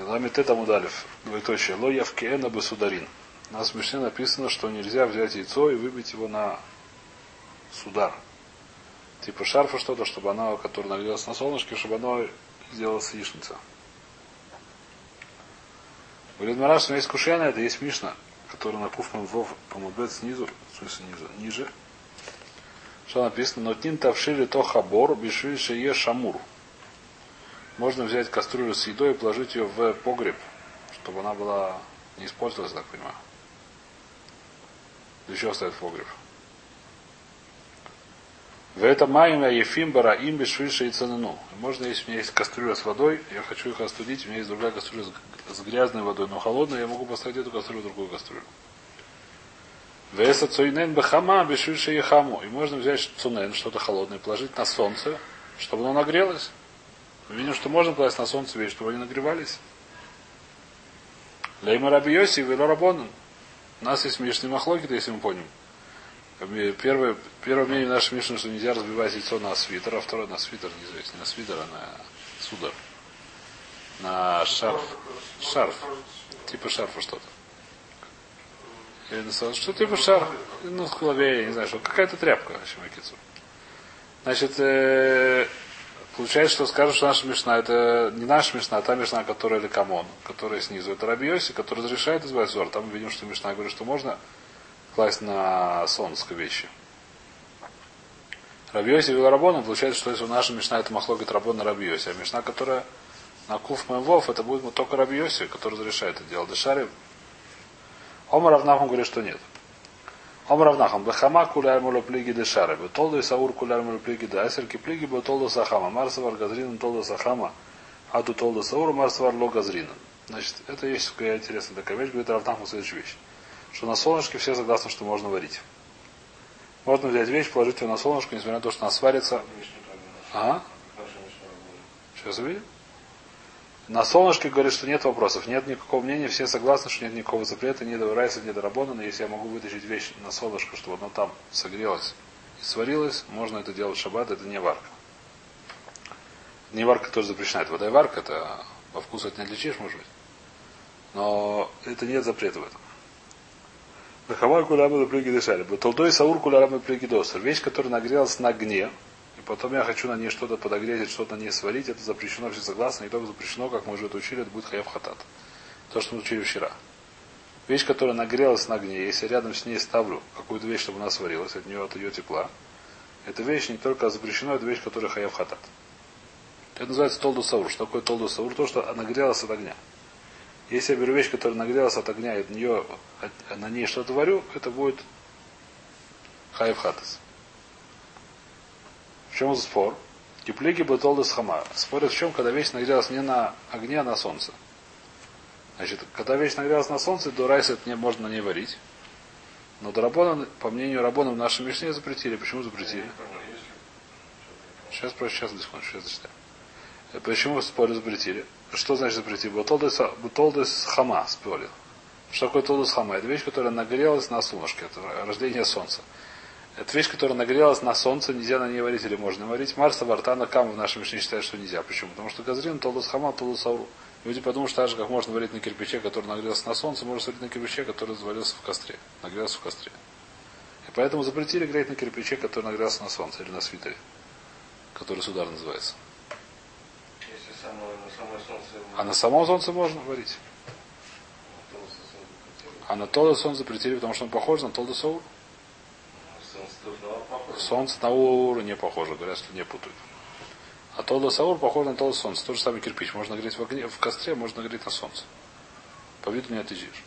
Ламитет Амудалев, двоеточие. Ло явкеэна басударин. У нас в Мишне написано, что нельзя взять яйцо и выбить его на судар. Типа шарфа что-то, чтобы оно, которое нагрелось на солнышке, чтобы оно сделалось яичница. Говорит Мараш, что есть кушья на это, есть Мишна, которая на Куфман Вов помудбет снизу, в смысле ниже. Что написано? Нотнин тавшили то хабор, бешвильше е шамур. Можно взять кастрюлю с едой и положить ее в погреб, чтобы она была не испортилась, так понимаю. Еще оставить в погреб. В этом майме ефим бара им бешвильше и ценану. Можно, если у меня есть кастрюля с водой, я хочу их остудить, у меня есть другая кастрюля с грязной водой, но холодной, я могу поставить эту кастрюлю в другую кастрюлю. Веса цуйнен бахама бешвильше ехаму. И можно взять цунен, что-то холодное, положить на солнце, чтобы оно нагрелось. Мы видим, что можно класть на солнце вещи, чтобы они нагревались. Лейма Раби Йоси и Вело Рабонан. У нас есть Мишный Махлокит, если мы помним. Первое мнение в нашей Мишне, что нельзя разбивать яйцо на свитер, а второе на свитер, неизвестно, не на свитер, а на судар. На шарф. Шарф. Типа шарфа что-то. Или на что типа шарф? Ну, в голове, я не знаю, что. Какая-то тряпка, значит, получается, что скажут, что наша Мишна это не наша Мишна, а та Мишна, которая лекамон, которая снизу. Это Раби Йоси, который разрешает избавить зор. Там мы видим, что Мишна говорит, что можно класть на солнце вещи. Раби Йоси вел Рабону, получается, что если наша Мишна это махлокит Рабон на Раби Йоси, а Мишна, которая на Куф Мевов, это будет только Раби Йоси, который разрешает это дело. Дешари. Омар Равнахам говорит, что нет. Омар Равнахам, бахама куляль муло плиги дешари, бетолду и саур куляль муло плиги дасерки плиги бетолду сахама, марсавар газринан толду сахама, аду толду саур, марсавар ло газринан. Значит, это есть такая интересная такая вещь, говорит Равнахам следующая вещь. Что на солнышке все согласны, что можно варить. Можно взять вещь, положить ее на солнышко, несмотря на то, что она сварится. Ага. Сейчас увидим. На солнышке говорит, что нет вопросов. Нет никакого мнения, все согласны, что нет никакого запрета, ни до райса, ни до рабона, но если я могу вытащить вещь на солнышко, чтобы оно там согрелось и сварилось, можно это делать в шаббат, это не варка. Не варка тоже запрещена. Вода и варка, это по вкусу это не отличишь, может быть. Но это нет запрета в этом. Бахамар кулямы плюги дешали. Толдой саур кулямы плюги досер. Вещь, которая нагрелась на огне, и потом я хочу на ней что-то подогреть, что-то на ней сварить, это запрещено, все согласны. Не только запрещено, как мы уже это учили, это будет хаяв хатат. То, что мы учили вчера. Вещь, которая нагрелась на огне, если я рядом с ней ставлю какую-то вещь, чтобы она сварилась, от ее тепла, эта вещь не только запрещена, это вещь, которая хаяв хатат. Это называется толду саур. Что такое толду саур? То, что нагрелась от огня. Если я беру вещь, которая нагрелась от огня, и от нее, на ней что-то варю, это будет хайф хатас. В чем спор? Киплиги бутолдас хама. Спорят в чем, когда вещь нагрелась не на огне, а на солнце. Значит, когда вещь нагрелась на солнце, до райса это можно на ней варить. Но до рабона, по мнению рабона, в нашей Мишне запретили. Почему запретили? Сейчас зачитаем. Почему споры запретили? Что значит запретили? Бутолдес хама спорил. Что такое толдес хама? Это вещь, которая нагрелась на солнышке. Это рождение солнца. Это вещь, которая нагрелась на солнце, нельзя на ней варить или можно варить. Марса, вартана, кам в нашем Мишне считают, что нельзя. Почему? Потому что газрин, толдес хама, толдес ауру. Люди подумают, что так же, как можно варить на кирпиче, который нагрелся на солнце, можно варить на кирпиче, который заварился в костре. Нагрелся в костре. И поэтому запретили греть на кирпиче, который нагрелся на солнце, или на свитере, который судар называется. А на самом солнце можно варить. А на толдо солнце запретили, потому что он похож на толдо саур. Солнце на уру не похоже, говорят, что не путают. А толдо саур похож на толдо солнце. Тот же самый кирпич. Можно греть в костре, можно греть на солнце. По виду не отличишь.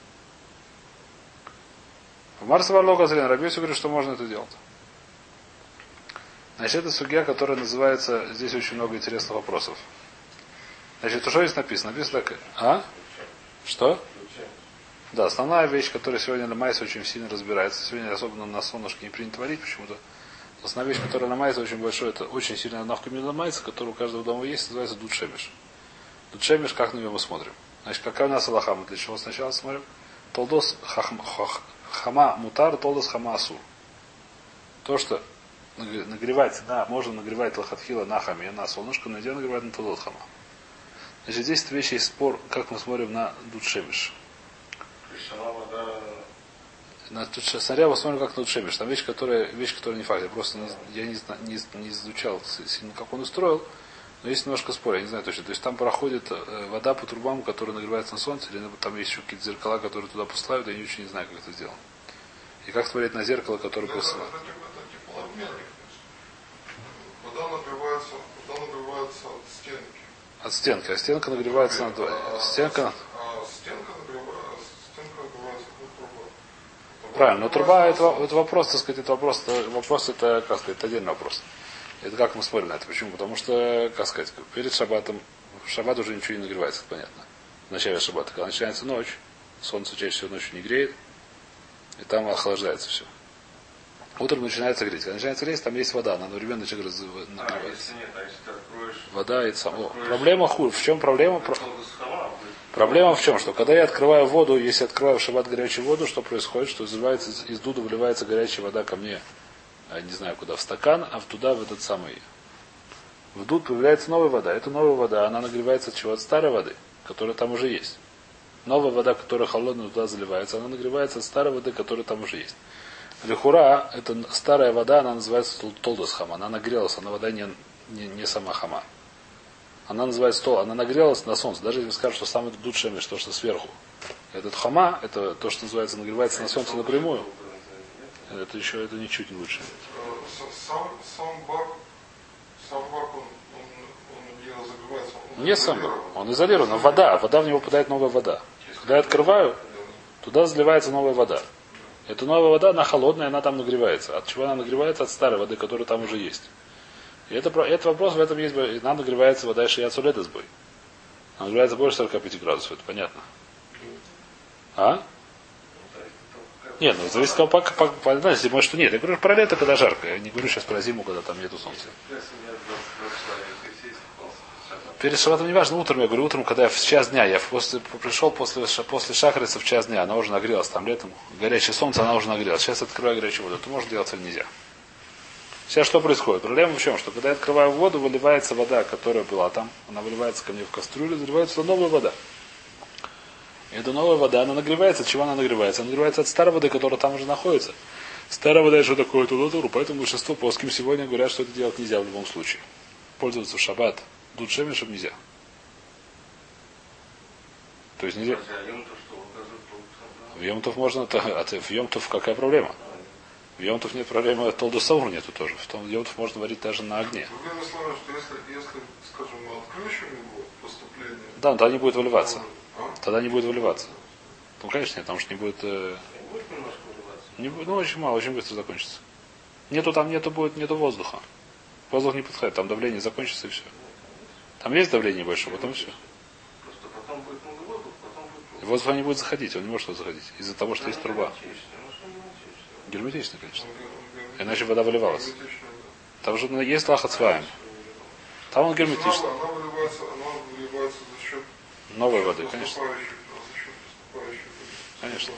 В Марсе Варлога Зрен Рабиоси говорит, что можно это делать. Значит, это судья, которая называется, здесь очень много интересных вопросов. Значит, что здесь написано? Написано так. А? Что? Да, основная вещь, которая сегодня на Майсе очень сильно разбирается. Сегодня особенно на солнышке не принято варить почему-то. Основная вещь, которая на Майсе очень большой, это очень сильная навка на Майсе, которая у каждого дома есть, называется дудшемиш. Дудшемиш, как на него мы смотрим? Значит, какая у нас Аллаха? Мы для чего сначала смотрим? Толдос хама мутар, толдос хама асур. То, что нагревать, да, можно нагревать лохатхила на хаме, на солнышко, но нельзя нагревать на толдос хама. Значит, здесь вещи есть спор, как мы смотрим на Дудшемиш. Смотря мы смотрим, как на Дудшемиш. Там вещь, которая не факт. Я просто не изучал сильно, как он устроил. Но есть немножко спор, я не знаю точно. То есть там проходит вода по трубам, которая нагревается на солнце, или там есть еще какие-то зеркала, которые туда посылают, я не очень не знаю, как это сделано. И как смотреть на зеркало, которое посылают. Вода нагревается от стенки. От стенки. А стенка нагревается на стенка. Стенка нагревается от трубы. Правильно, но труба это вопрос, так сказать, это как сказать, это отдельный вопрос. Это как мы смотрим на это. Почему? Потому что, как сказать, перед шаббатом, в шаббат уже ничего не нагревается, понятно. В начале шаббата. Когда начинается ночь, солнце чаще всего ночью не греет, и там охлаждается все. Утром начинается греть. Когда начинается греть, там есть вода, она одновременно нагревается. Вода и само. Проблема в чем проблема? Проблема в чем? Что когда я открываю воду, если открываю в шаббат горячую воду, что происходит? Что из дуда выливается горячая вода ко мне, не знаю куда, в стакан, а туда в этот самый. В дуд появляется новая вода. Эта новая вода, она нагревается от чего? От старой воды, которая там уже есть. Новая вода, которая холодная туда заливается, она нагревается от старой воды, которая там уже есть. Лихура, это старая вода, она называется толдос хама. Она нагрелась, она вода не сама хама. Она называется тол, она нагрелась на солнце. Даже если скажут, что самый дуд шемеш, то, что сверху. Этот хама, это то, что называется, нагревается на солнце напрямую. Это еще это ничуть не лучше. Сам бак, он не разогревается. Не сам бак, он изолирован. Вода в него попадает новая вода. Когда я открываю, туда заливается новая вода. Эта новая вода, она холодная, она там нагревается. От чего она нагревается? От старой воды, которая там уже есть. И это вопрос, в этом есть, нам нагревается вода шияцулета сбой. Она нагревается больше 45 градусов, это понятно. А? Нет, ну зависит от того, если может, что нет. Я говорю про лето, когда жарко. Я не говорю сейчас про зиму, когда там нету солнца. Перед шаббатом не важно, утром, я говорю, утром, когда я в час дня, я пришел после шахрица в час дня, она уже нагрелась, там летом, горячее солнце, она уже нагрелась. Сейчас открываю горячую воду, это можно делать или нельзя. Сейчас что происходит? Проблема в чем? Что когда я открываю воду, выливается вода, которая была там, она выливается ко мне в кастрюлю, заливается новая вода. И эта новая вода, она нагревается. От чего она нагревается? Она нагревается от старой воды, которая там уже находится. Старая вода еще такое туда, поэтому большинство плоским сегодня говорят, что это делать нельзя в любом случае. Пользоваться в шаббат дуд шемешем нельзя. То есть нельзя. В Йомтов можно, в Йомтов какая проблема? В Йомтов нет проблемы, толду саур нету тоже. В том Йомтов можно варить даже на огне. Другими словами, что если, скажем, мы отключим его поступление... Да, но тогда не будет выливаться. Тогда не будет выливаться. Ну, конечно, нет, потому что не будет... Не будет, ну, очень мало, очень быстро закончится. Нету воздуха. Воздух не подходит, там давление закончится и все. Там есть давление большое, потом все. Просто потом будет много воздуха, Воздух не будет заходить, он не может туда заходить. Из-за того, что есть труба. Герметично, конечно. Иначе вода выливалась. Там же есть лахат с вами. Там он герметичный. Она выливается за счет новой воды, конечно. Конечно.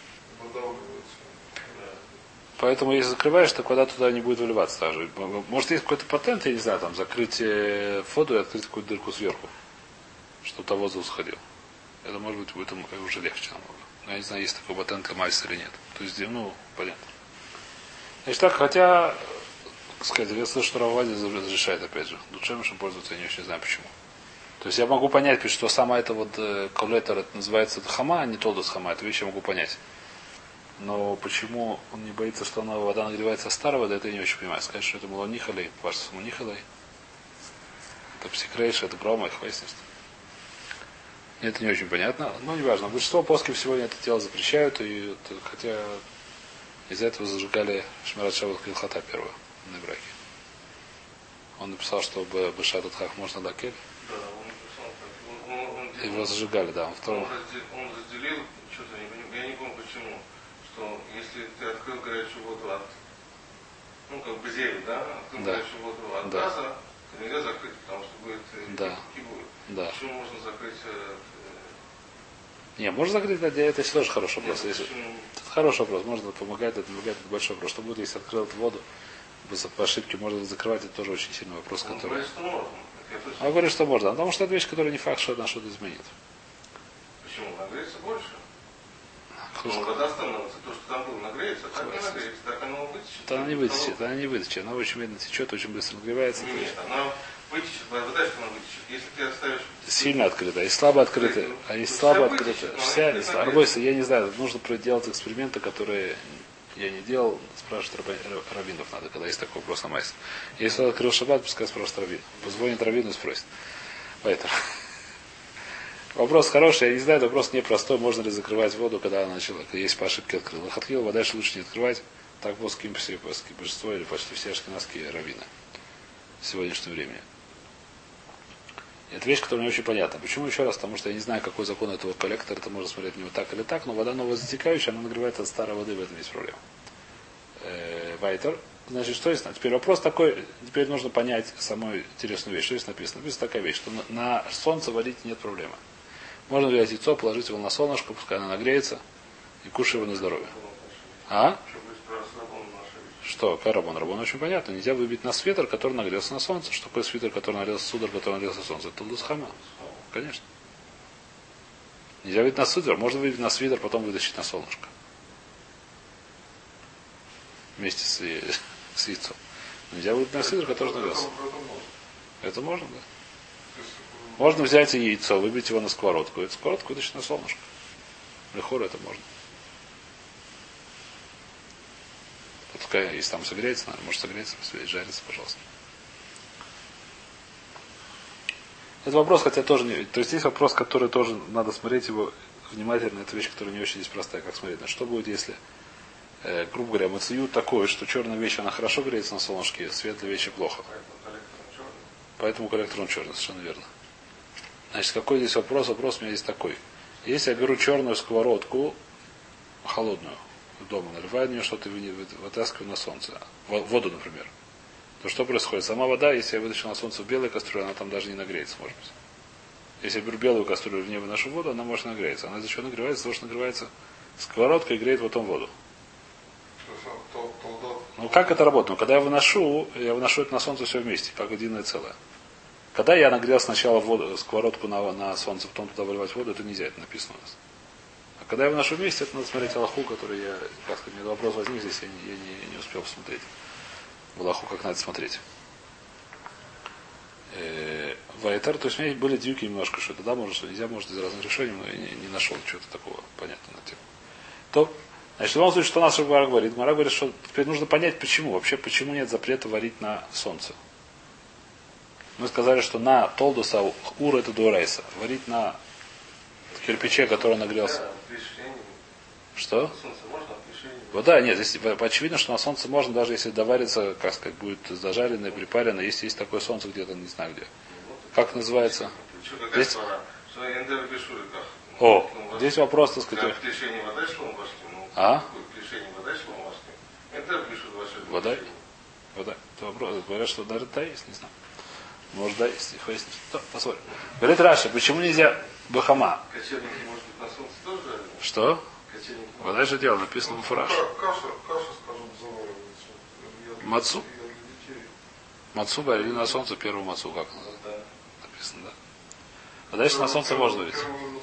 Поэтому если закрываешь, то вода туда не будет выливаться также. Может есть какой-то патент, я не знаю, там закрыть воду и открыть какую-то дырку сверху, чтобы там воздух сходил. Это может быть будет уже легче намного. Но я не знаю, есть такой патент для майса или нет. То есть, понятно. Значит так, хотя, так сказать, я слышу, что Раввади разрешает опять же. Душемышем пользоваться, я не очень знаю почему. То есть я могу понять, что сама эта вот коллектор, это называется хама, а не толдос хама, эту вещь я могу понять. Но почему он не боится, что вода нагревается старой воды, это я не очень понимаю. Сказать, что это малонихалей, ваш самонихалей. Это психрейш, это брома, их выяснить. Это не очень понятно, но не важно. Большинство плоским сегодня это дело запрещают, и хотя из-за этого зажигали Шмират Шавот Килхата первого на браке. Он написал, что Бешат Хах можно лакель. Да, он написал, его зажигали, да. Он разделил, что-то я не помню почему, что если ты открыл горячую воду от, как бы зелень, да, открыл горячую воду от газа, то нельзя закрыть, потому что будет кибуй. Да. Почему можно закрыть? Не, можно закрыть, это тоже хороший вопрос. Это хороший вопрос, можно помогать, это большой вопрос. Что будет, если открыл эту воду, по ошибке можно закрывать, это тоже очень сильный вопрос, который... Он говорит, что можно. Потому что это вещь, которая не факт, что она что-то изменит. Почему? Нагреется больше. Ну, вода становится, то, что там было, нагреется, так не нагреется, так оно вытечет. Она не вытечет, она не вытечет. Она очень медленно течет, очень быстро нагревается. Нет, она вытечет, вода, что она вытечет. Если ты оставишь... Сильно открыто, и слабо открыто. А и слабо открыто. Вся, Арбойса, я не знаю, нужно делать эксперименты, которые я не делал, спрашивать раввинов надо, когда есть такой вопрос на майсе. Если он открыл шаббат, пускай спрашивает раввин. Позвонит раввину и спросит. Поэтому. Вопрос хороший, я не знаю, это вопрос непростой, можно ли закрывать воду, когда она начала, если по ошибке открыл. Лохатхил, вода дальше лучше не открывать. Так плоским все большинство или почти все ашкеназские раввины в сегодняшнем времени. Это вещь, которая не очень понятна. Почему еще раз? Потому что я не знаю, какой закон этого коллектора, это можно смотреть на него так или так, но вода новозатекающая, она нагревается от старой воды, в этом есть проблема. Вайтер. Значит, что есть? Теперь вопрос такой, теперь нужно понять самую интересную вещь. Что здесь написано? Написано такая вещь, что на солнце варить нет проблемы. Можно взять яйцо, положить его на солнышко, пускай оно нагреется, и кушай его на здоровье. А? Что? Карабон? Рабон очень понятно. Нельзя выбить на свитер, который нагрелся на солнце. Что такое свитер, который нагрелся, судар, который нагрелся на солнце? Это лусхама. Конечно. Нельзя выбить на свитер. Можно выбить на свитер, потом вытащить на солнышко. Вместе с яйцом. Нельзя выбить на свитер, который нагрелся. Это можно, да? Можно взять и яйцо, выбить его на сковородку. Эту сковородку вытащить на солнышко. Лехора это можно. Пускай, если там согреется, надо, может согреться, жарится, пожалуйста. Это вопрос, хотя тоже не... То есть есть вопрос, который тоже надо смотреть его внимательно. Это вещь, которая не очень здесь простая, как смотреть. На что будет, если, грубо говоря, мацию такое, что черная вещь, она хорошо греется на солнышке, светлая вещь плохо. Поэтому коллектор он черный, совершенно верно. Значит, какой здесь вопрос? Вопрос у меня здесь такой. Если я беру черную сковородку, холодную, дома, наливаю в нее что-то и вытаскиваю на солнце, воду, например, то что происходит? Сама вода, если я вытащу на солнце в белой кастрюле, она там даже не нагреется, может быть. Если я беру белую кастрюлю, в ней выношу воду, она может нагреться. Она из-за чего нагревается? Потому что нагревается сковородка и греет потом воду. Ну как это работает? Ну, когда я выношу это на солнце все вместе, как единое целое. Когда я нагрел сначала воду, сковородку на солнце, потом туда выливать воду, это нельзя, это написано у нас. А когда я выношу вместе, это надо смотреть Аллаху, который я, как сказать, мне вопрос возник здесь, я не успел посмотреть. В Аллаху как надо смотреть. Вайтер, то есть у меня были дюки немножко, что это да, может, что нельзя, может, из разных решений, но я не нашел чего-то такого понятного на тему. То, значит, в любом случае, что наш Гмара говорит? Гмара говорит, что теперь нужно понять, почему. Вообще, почему нет запрета варить на солнце. Мы сказали, что на толдуса ур это дуарайса. Варить на кирпиче, который нагрелся. Что? Вода, нет, здесь очевидно, что на солнце можно, даже если доварится, как сказать, будет зажарено и припарено, если есть такое солнце где-то, не знаю где. Как называется? Здесь... О, здесь вопрос, так сказать. А? Вода? Вода. Это вопрос. Говорят, что даже да есть, не знаю. Может, да, есть. Посмотрим. Говорит Раша, почему нельзя бахама? Что? Вода же дело, написано в фураж. Мацу? Мацу варили на солнце, первую мацу, как написано, да? А дальше на солнце можно варить.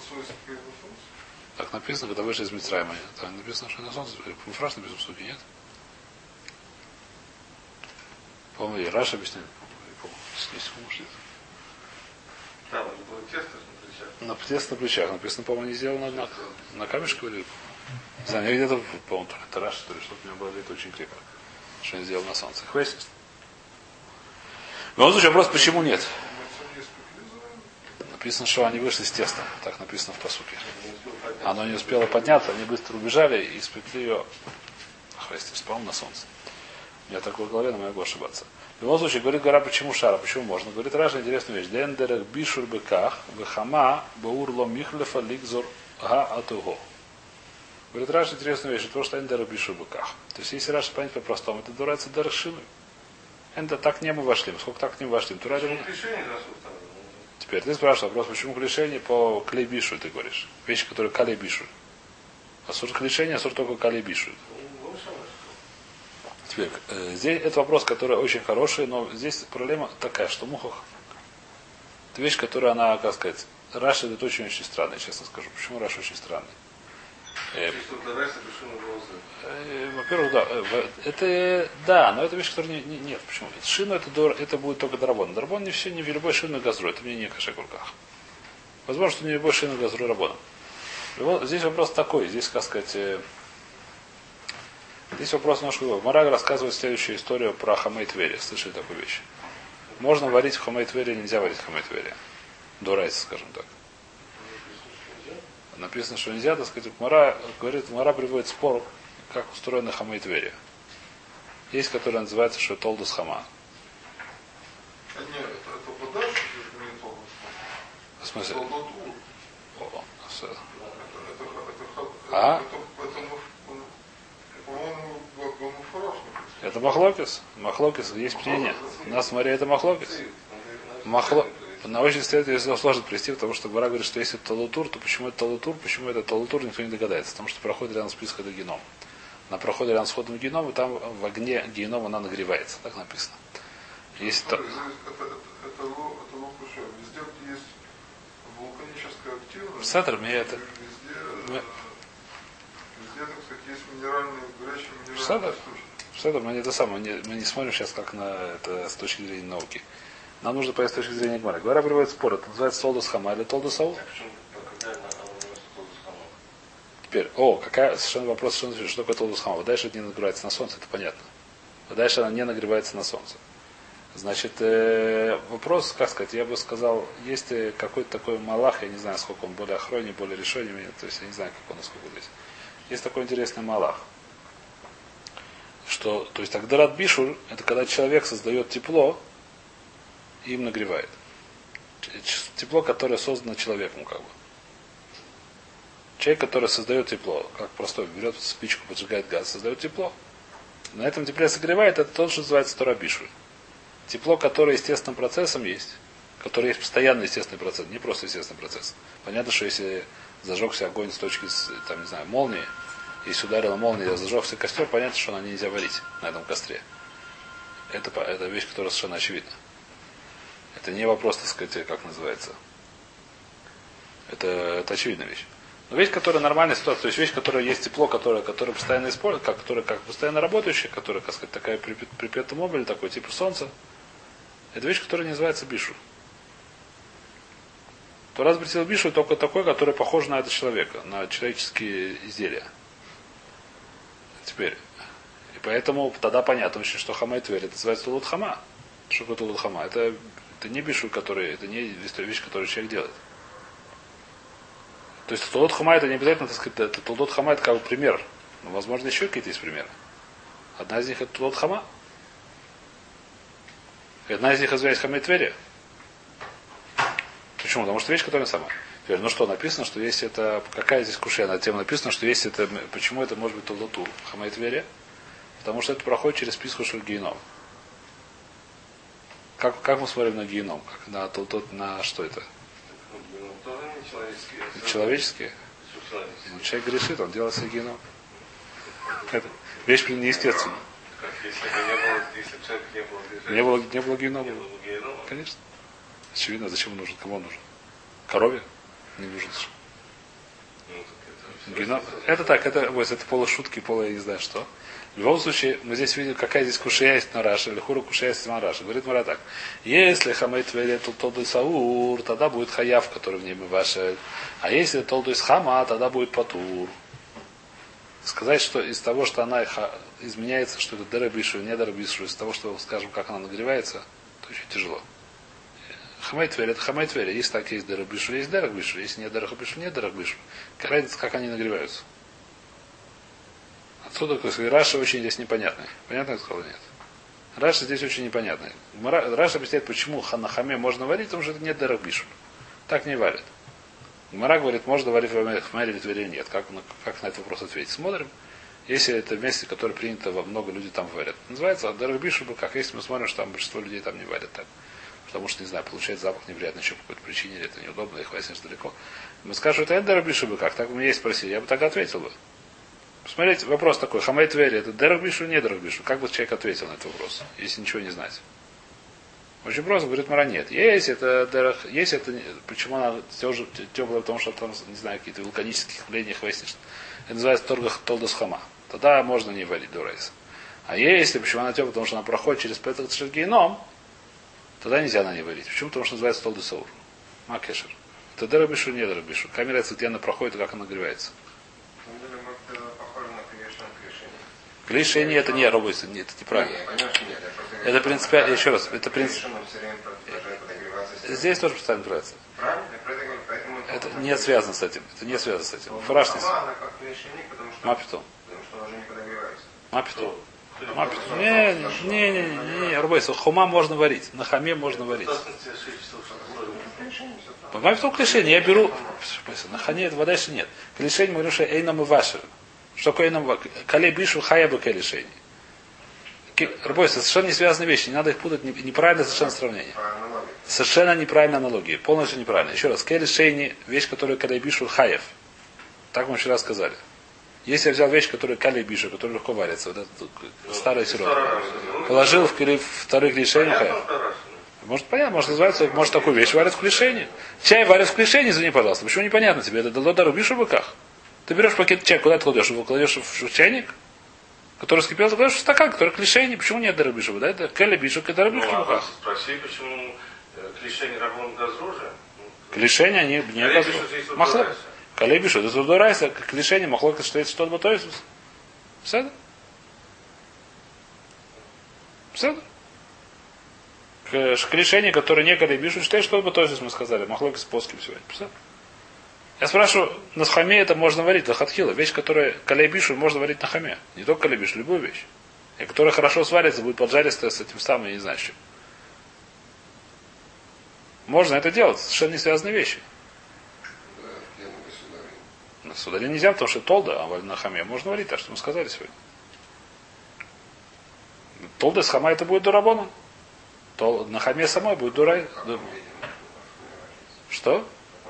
Так написано, когда вышли из Мицраима. Там написано, что на солнце. Фураж написано в суке, нет? По-моему, и Раша объясняет. Там было тесто на плечах. На тесто на плечах. Написано, по-моему, не сделано на камешке или. Не знаю, я где-то, по-моему, это Раша, что ли, что-то у меня было это очень крепко. Что не сделал на солнце. Хватит. В любом случае, вопрос, почему нет? Написано, что они вышли с тестом. Так написано в посуке. Оно не успело подняться, они быстро убежали и испекли ее. Хватит, по-моему, на солнце. У меня такое в голове, но могу ошибаться. В любом случае, говорит Гора, почему шара, почему можно? Говорит Раша интересную вещь. Дендерах бишур беках, вехама, баурло михлефа ликзор га атуго. Говорит Раша интересную вещь, потому что эндерах бишур беках. То есть, если Раша понять по-простому, это дурается даршину. Энда так не мы вошли. Сколько так к ним вошли? Теперь ты спрашиваешь вопрос, почему клишение по клейбишу ты говоришь? Вещи, которые калейбишу. Асур клишение, асур только калейбишу. Теперь, здесь это вопрос, который очень хороший, но здесь проблема такая, что мухах Это вещь, которая, она, как сказать, Раша это очень странный, честно скажу. Почему Раша очень странный? Во-первых, да. Это да, но это вещь, которая нет. Почему? Шину это будет только Дарабон. Дарабон не все, не в любой шину газру. Это мне не кашек в руках. Возможно, что не любой шину газру Рабоном. Здесь вопрос такой. Здесь, как сказать, здесь вопрос немножко другой. Мараг рассказывает следующую историю про Хамей Твери. Слышали такую вещь? Можно варить в Хамей Твери, нельзя варить в Хамей Твери. Дурайся, скажем так. Написано, что нельзя, так сказать, Мара приводит спор, как устроена Хамей Твери. Есть, который называется, что Толдус Хама. Нет, это подальше, это не Толдус Хама. В смысле? Это Махлокис. Махлокис, есть мнение. У нас, смотри, это Махлокис. На очень следует, если сложно привести, потому что Гмара говорит, что если это Талутур, то почему это Талутур, никто не догадается. Потому что проходит рядом с Писхой до Геном. На проходе рядом с входом в Геном, и там в огне Геном она нагревается. Так написано. Если это лопуша. Везде, где есть вулканическая активность, Сетер, мне это... Везде, так сказать, есть минеральные, горячие минеральные источники. Сетер, мы не это самое. Мы не смотрим сейчас как на это с точки зрения науки. Нам нужно понять с точки зрения Гмара. Гмара приводит спор. Это называется Толдус Хама или Толдус Ау? Теперь, какая совершенно вопрос совершенно, что такое Толдус Хама? Дальше это не нагревается на солнце, это понятно. Дальше она не нагревается на солнце. Значит, вопрос, как сказать, я бы сказал, есть какой-то такой малах, я не знаю, сколько он, более охрони, более решениями, то есть я не знаю, как он, насколько здесь. Есть такой интересный малах. Что, то есть Агдарат Бишур, это когда человек создает тепло, и им нагревает. Тепло, которое создано человеком, как бы. Человек, который создает тепло, как простой, берет спичку, поджигает газ, создает тепло. На этом тепле согревает, это то, что называется Торабишу. Тепло, которое естественным процессом есть, которое есть постоянный естественный процесс, не просто естественный процесс. Понятно, что если зажегся огонь с точки, там, не знаю, молнии, если ударила молния, зажегся костер, понятно, что она нельзя варить на этом костре. Это вещь, которая совершенно очевидна. Это не вопрос, так сказать, как называется. Это очевидная вещь. Но вещь, которая нормальная ситуация, то есть вещь, которая есть тепло, которая постоянно используется, которая как постоянно работающая, которая, как сказать, такая припетом мобиль, такой типа солнца, это вещь, которая называется бишу. То раз запретил бишу только такой, который похож на это человека, на человеческие изделия. Теперь. И поэтому тогда понятно, что Хама и Тверь, это называется Тулут Хама. Что такое Тулут Хама? Это не бишу, это не вещь, которую человек делает. То есть Тулот Хама это не обязательно, так сказать, это Тулот Хама это как бы пример. Но, возможно, еще какие-то есть примеры. Одна из них это Тулот Хама. И одна из них называется Хама и Твери. Почему? Потому что вещь, которая сама. Теперь, ну что, написано, что если это... Какая здесь кушья на тему написано, что если это... Почему это может быть Тулоту Хама и Твери? Потому что это проходит через списку Геном. Как мы смотрим на Геном? Как на Тулот, на что это? Человеческие? Ну, человек грешит, он делает себе геном. Это вещь неестественная. Если человек не было генома. Конечно. Очевидно, зачем он нужен? Кому он нужен? Корове? Не нужен. Геном. Это так, это полушутки, я не знаю что. В любом случае, мы здесь видим, какая здесь кушия есть на Раши, или хура кушия есть на Раши. Говорит Мара так. Если Хамей Твери Толдуй Саур, тогда будет хаяв, который в ней ваша. А если Толдуй Хама, тогда будет Патур. Сказать, что из того, что она изменяется, что это Дерабишу, не Дерабишу, из того, что, скажем, как она нагревается, то очень тяжело. Хамей Твери это Хамей Твери. Если так есть Дерабишу, есть Дерабишу. Если не Дерабишу, нет Дерабишу. Какая разница, как они нагреваются? Отсюда, Раша очень здесь непонятный. Понятно, я сказал, нет? Раша здесь очень непонятный. Раша объясняет, почему на хаме можно варить, потому что это нет дерабишу. Так не варят. Гмара говорит, можно варить в хмаре или Твери нет. Как на этот вопрос ответить? Смотрим. Если это место, которое принято во много людей там варят. Называется дерабишу как. Если мы смотрим, что там большинство людей там не варят так. Потому что, не знаю, получает запах неприятный еще по какой-то причине, или это неудобно, их выяснишь далеко. Мы скажем, что это дерабишу как. Так у меня есть спросили. Я бы так ответил бы. Посмотрите, вопрос такой. Хамей Твери, это Дерах Бишу, не Дерах Бишу? Как бы человек ответил на этот вопрос, если ничего не знать? Очень просто, говорит Мара, нет. Есть это, почему она тоже теплая, потому что там, не знаю, какие-то вулканические явления выяснишь. Это называется Толдос Хама. Тогда можно не варить дурайс. А если, почему она теплая, потому что она проходит через Петах Шергейном, тогда нельзя на ней варить. Почему? Потому что называется Толдос Саур. Макешер. Это дерабишу, не дерабишу. Камера, где она проходит, и как она нагревается. Клишение это не работает, нет, это неправильно. Это принципиально, еще раз, это принципиально. Здесь тоже постоянно нравится. Это не связано с этим. Это не связано с этим. Фараш не связано. Мапиту. Мапиту. Мапиту. Не, Рубейс, хума можно варить. На хаме можно варить. Мапиту клишение, я беру. На хане этого дальше нет. Клишение мы говорим, что эйном и вашер. Что такое эйном? Кале бишу хая бы клишение. Рубейс, совершенно не связанные вещи. Не надо их путать. Неправильное совершенно сравнение. Совершенно неправильная аналогия. Полностью неправильно. Еще раз. Келишейни, вещь, которую калейбишу хаев. Так мы вчера сказали. Если я взял вещь, которая калейбишу, которая легко варится, вот это старый сироп, положил в вторых клишейни хаев. Может, понятно, может называется, может такую вещь варят в клишейне. Чай варят в клишейне, извини, пожалуйста. Почему непонятно тебе? Это долодар убишу в быках. Ты берешь пакет чая, куда ты кладешь? Его кладешь в чайник, который скипел, ты кладешь в стакан, который клишейни. Почему нет дарабишу? Да, это калейбишу, дарабишу в быках. Спроси, почему клишение рабон газружа? Клишение, они не газружа. Махло. Калейбишу, это зурдурайса, клишение, махло, что это что-то батоисус. Все? Все? Клишение, которое не калейбишу, считает, что батоисус, мы сказали. Махло, с плоским сегодня. Все? Я спрашиваю, на хаме это можно варить, лахатхила. Вещь, которая калейбишу, можно варить на хаме. Не только калейбишу, любую вещь. И которая хорошо сварится, будет поджаристая с этим самым, я не знаю, с чем. Можно это делать, совершенно не связанные вещи. На сударе нельзя, потому что толда, а на хаме можно варить, так что мы сказали сегодня. Толда с хама это будет дурабона. На хаме самой будет дурай. Что?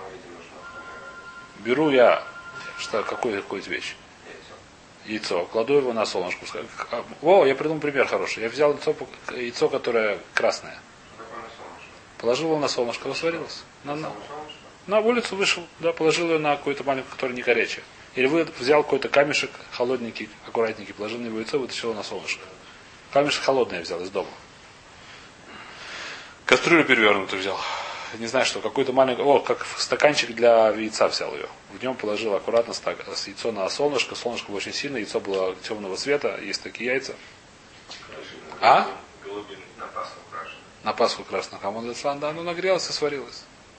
Беру я какую-то вещь. Яйцо. Кладу его на солнышко. О, я придумал пример хороший. Я взял яйцо, которое красное. Положил его на солнышко, сварилось. На улицу вышел, да, положил ее на какую-то маленькую, которая не горячая. Или вы взял какой-то камешек холодненький, аккуратненький, положил на него яйцо, вытащил его на солнышко. Камешек холодный я взял из дома. Кастрюлю перевернутую взял. Не знаю что, какой-то маленький, как стаканчик для яйца взял ее. В нем положил аккуратно яйцо на солнышко. Солнышко было очень сильное, яйцо было темного цвета, есть такие яйца. А? На Пасху красного хамон, да, оно нагрелось и сварилось.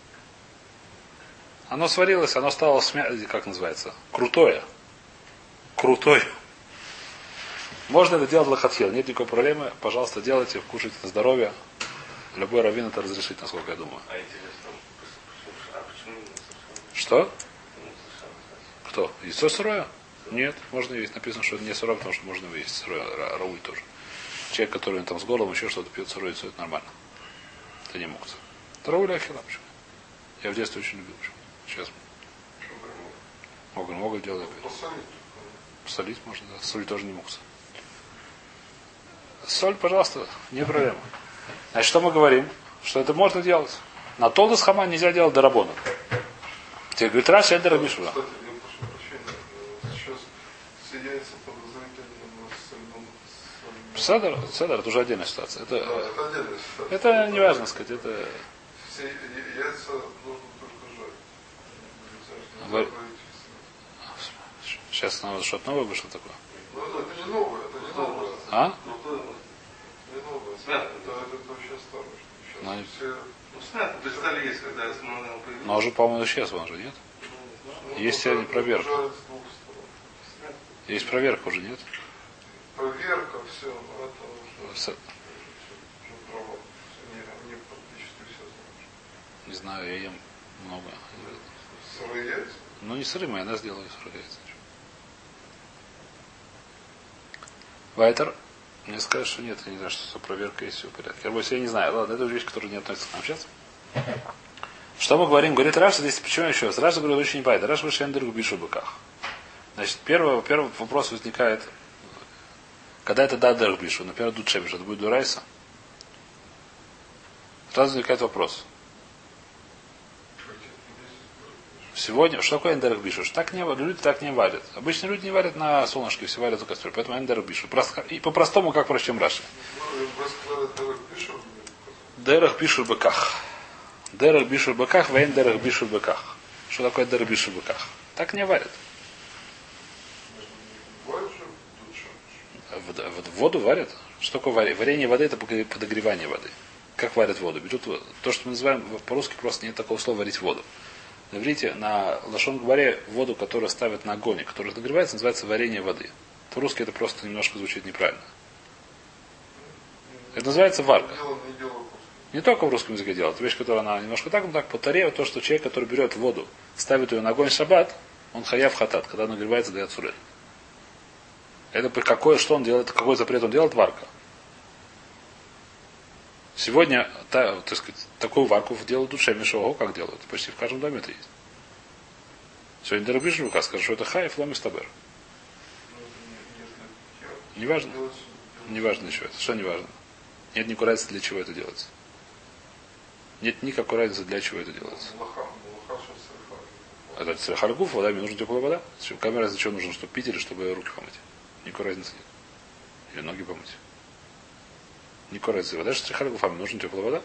Оно сварилось, оно стало, как называется, крутое. Крутое. Можно это делать лохатхил, нет никакой проблемы. Пожалуйста, делайте, кушайте на здоровье. Любой раввин это разрешит, насколько я думаю. Что? Кто? Яйцо сырое? Нет, можно есть. Написано, что это не сырое, потому что можно есть сырое, рауй тоже. Человек, который там с горлом еще что-то пьет сырое яйцо, это нормально. Это не мукца. Это рауй ляхила. Я в детстве очень любил. Сейчас. Могут делать. Посолить можно, да. Соль тоже не мукса. Соль, пожалуйста, не проблема. Значит, что мы говорим? Что это можно делать. На толдос хама нельзя делать дарабона. Тебе говорит, Раши, это дарабишва. Седер, это уже отдельная ситуация. Это не важно сказать. Это... Сейчас снова что-то новое вышло такое. Это не новое, это не новое. А? Не новое. Это вообще старое. Снято, при столе есть, когда но уже, по-моему, исчез, он же, нет? Есть сегодня проверка. Есть проверка уже, нет? Проверка, все, это уже право. Не практически все знаешь. Не знаю, я ем много. Сырые яйца? Ну не сырые, майонез делаю сырые яйца. Вайтер. Мне скажут, что нет, я не знаю, что за проверка есть, все в порядке. Я не знаю. Ладно, это вещь, которая не относится к нам сейчас. Что мы говорим? Говорит Раша, здесь почему еще раз? Раша говорит очень непонятно. Раша говорит, что я бишу в быках. Значит, первый вопрос возникает, когда это дадер бишу, например, дудшебиш, это будет дурайса. Сразу возникает вопрос. Сегодня, что такое эндерах бишуш? Так не, люди так не варят. Обычно люди не варят на солнышке, все варят в кастрюле. Поэтому эндерах бишуш. И по-простому, как проще, чем Раши. Дерах бишуш беках. Дерах бишуш беках, вейн дерах бишуш беках. Что такое дерах бишуш беках? Так не варят. В воду варят? Что такое варенье? Варенье воды это подогревание воды. Как варят воду? Берут то, что мы называем по-русски просто нет такого слова варить воду. На иврите, на лашон гваре воду, которую ставят на огонь, которая нагревается, называется варенье воды. По-русски это просто немножко звучит неправильно. Это называется варка. Не только в русском языке делают. Это вещь, которая она немножко так, но так по таре, то, что человек, который берет воду, ставит ее на огонь шаббат, он хаяв хатат, когда нагревается, дает сурет. Это что он делает, какой запрет он делает? Варка. Сегодня, так сказать, такую варку делают душе мишого, как делают. Почти в каждом доме это есть. Сегодня дербиш рука, скажет, что это хай, флом и стабер. Неважно. Неважно еще это. Что неважно? Нет никакой разницы, для чего это делается. Нет никакой разницы, для чего это делается. Это церхальгуф, вода, мне нужна теплая вода. Какая разница, чего нужно, чтобы пить или чтобы руки помыть? Никакой разницы нет. Или ноги помыть. Никакой разницы. Вода, что церхальгуфами нужна теплая вода.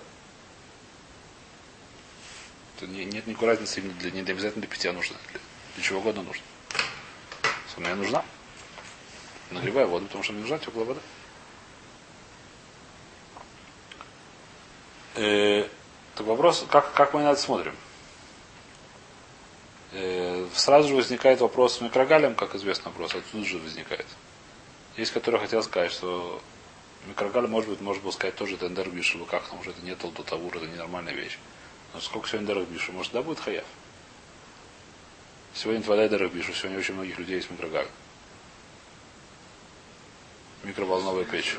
Нет никакой разницы именно не обязательно для питья нужно. Для чего угодно нужно. Мне нужна. Нагреваю воду, потому что мне нужна теплая вода. Так вопрос, как мы на это смотрим? Сразу же возникает вопрос с микрогалем, как известный вопрос, отсюда же возникает. Есть, который хотел сказать, что микрогаль может был сказать тоже это эндер бишу, как потому что это не толдотавур, это ненормальная вещь. Но сколько сегодня эндер бишу, может, да, будет хаяв? Сегодня вода эндер бишу, сегодня очень многих людей есть микрогаль. Микроволновая печь.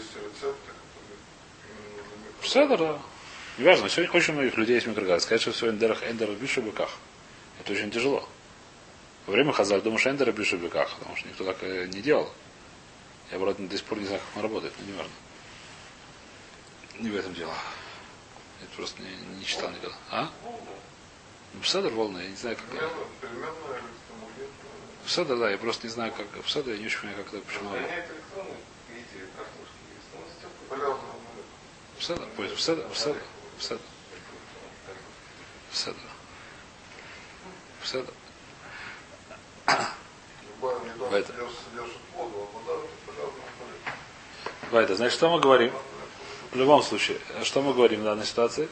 Седер, да. Неважно, сегодня очень многих людей есть микрогаль. Сказать, что все эндер бишу беках. Это очень тяжело. Во время Хазар думаешь, эндер бишу беках, потому что никто так не делал. Я, правда, до сих пор не знаю, как он работает, но не важно. Не в этом дело. Я просто не читал никогда. А? Ну, Седер волны, я не знаю, как. Седер, да, я просто не знаю, как. Седер, я не очень понимаю, как это, почему. Седер, пусть, Седер. Вайда, значит, что мы говорим? В любом случае, что мы говорим в данной ситуации?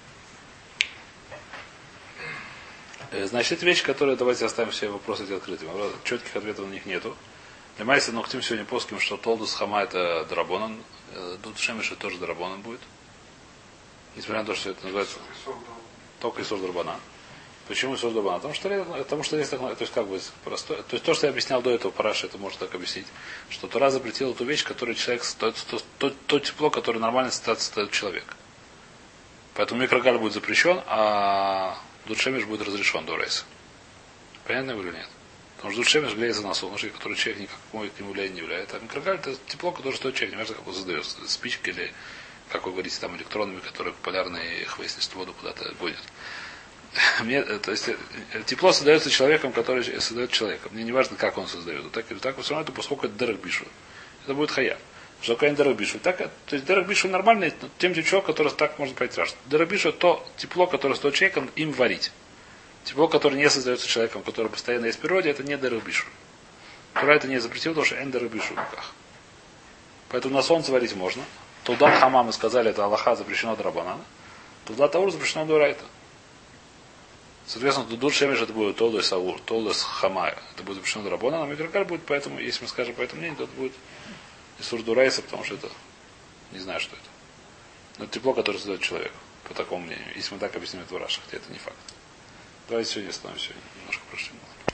Значит, это вещи, которые давайте оставим все вопросы эти открытыми. Четких ответов на них нету. Для Майса Нухтим сегодня плоским, что Толдус Хама это Драбонан, Дуд Шемиша тоже Драбонан будет. Несмотря на то, что это называется только Исур Драбана. Почему Исур Драбана? Потому что здесь так, то есть как бы простое. То есть то, что я объяснял до этого, Параша, это можно так объяснить. Что Тора запретила ту вещь, которую человек, то тепло, которое нормально стоит человек. Поэтому микрогаль будет запрещен, а Дудшемиш будет разрешен до рейса. Понятно или нет? Потому что Дудшемиш влияет на солнышко, который человек никакой к нему влияния не является. А микрогаль это тепло, которое стоит человек, не важно, как он создается. Спичка или, как вы говорите, там электронами, которые полярные выяснят воду куда-то гонят. То есть тепло создается человеком, который создает человека. Мне не важно, как он создает. Вот так или так, все равно это поскольку это дерек бишу. Это будет хаяв. Что такое дерек бишу? То есть дерек бишу нормальный, тем человек, который так можно пойти раз. Дерек бишу то тепло, которое стоит человеком, им варить. Тепло, которое не создается человеком, которое постоянно есть в природе, это не дерек бишу. Тора это не запретил, потому что эндерек бишу в руках. Поэтому на солнце варить можно. Туда хама мы сказали, это Аллаха запрещено драбанана. Туда таур запрещено дурайта. Соответственно, Дуд Шемиш это будет Толдес Аур, Толдес Хамая. Это будет запрещено драбона, но микрогаль будет, поэтому, если мы скажем по этому мнению, то это будет Исур Дурайса, потому что это не знаю, что это. Но это тепло, которое создает человек, по такому мнению. Если мы так объясним это в Рашах, хотя это не факт. Давайте сегодня остановимся, немножко прошли.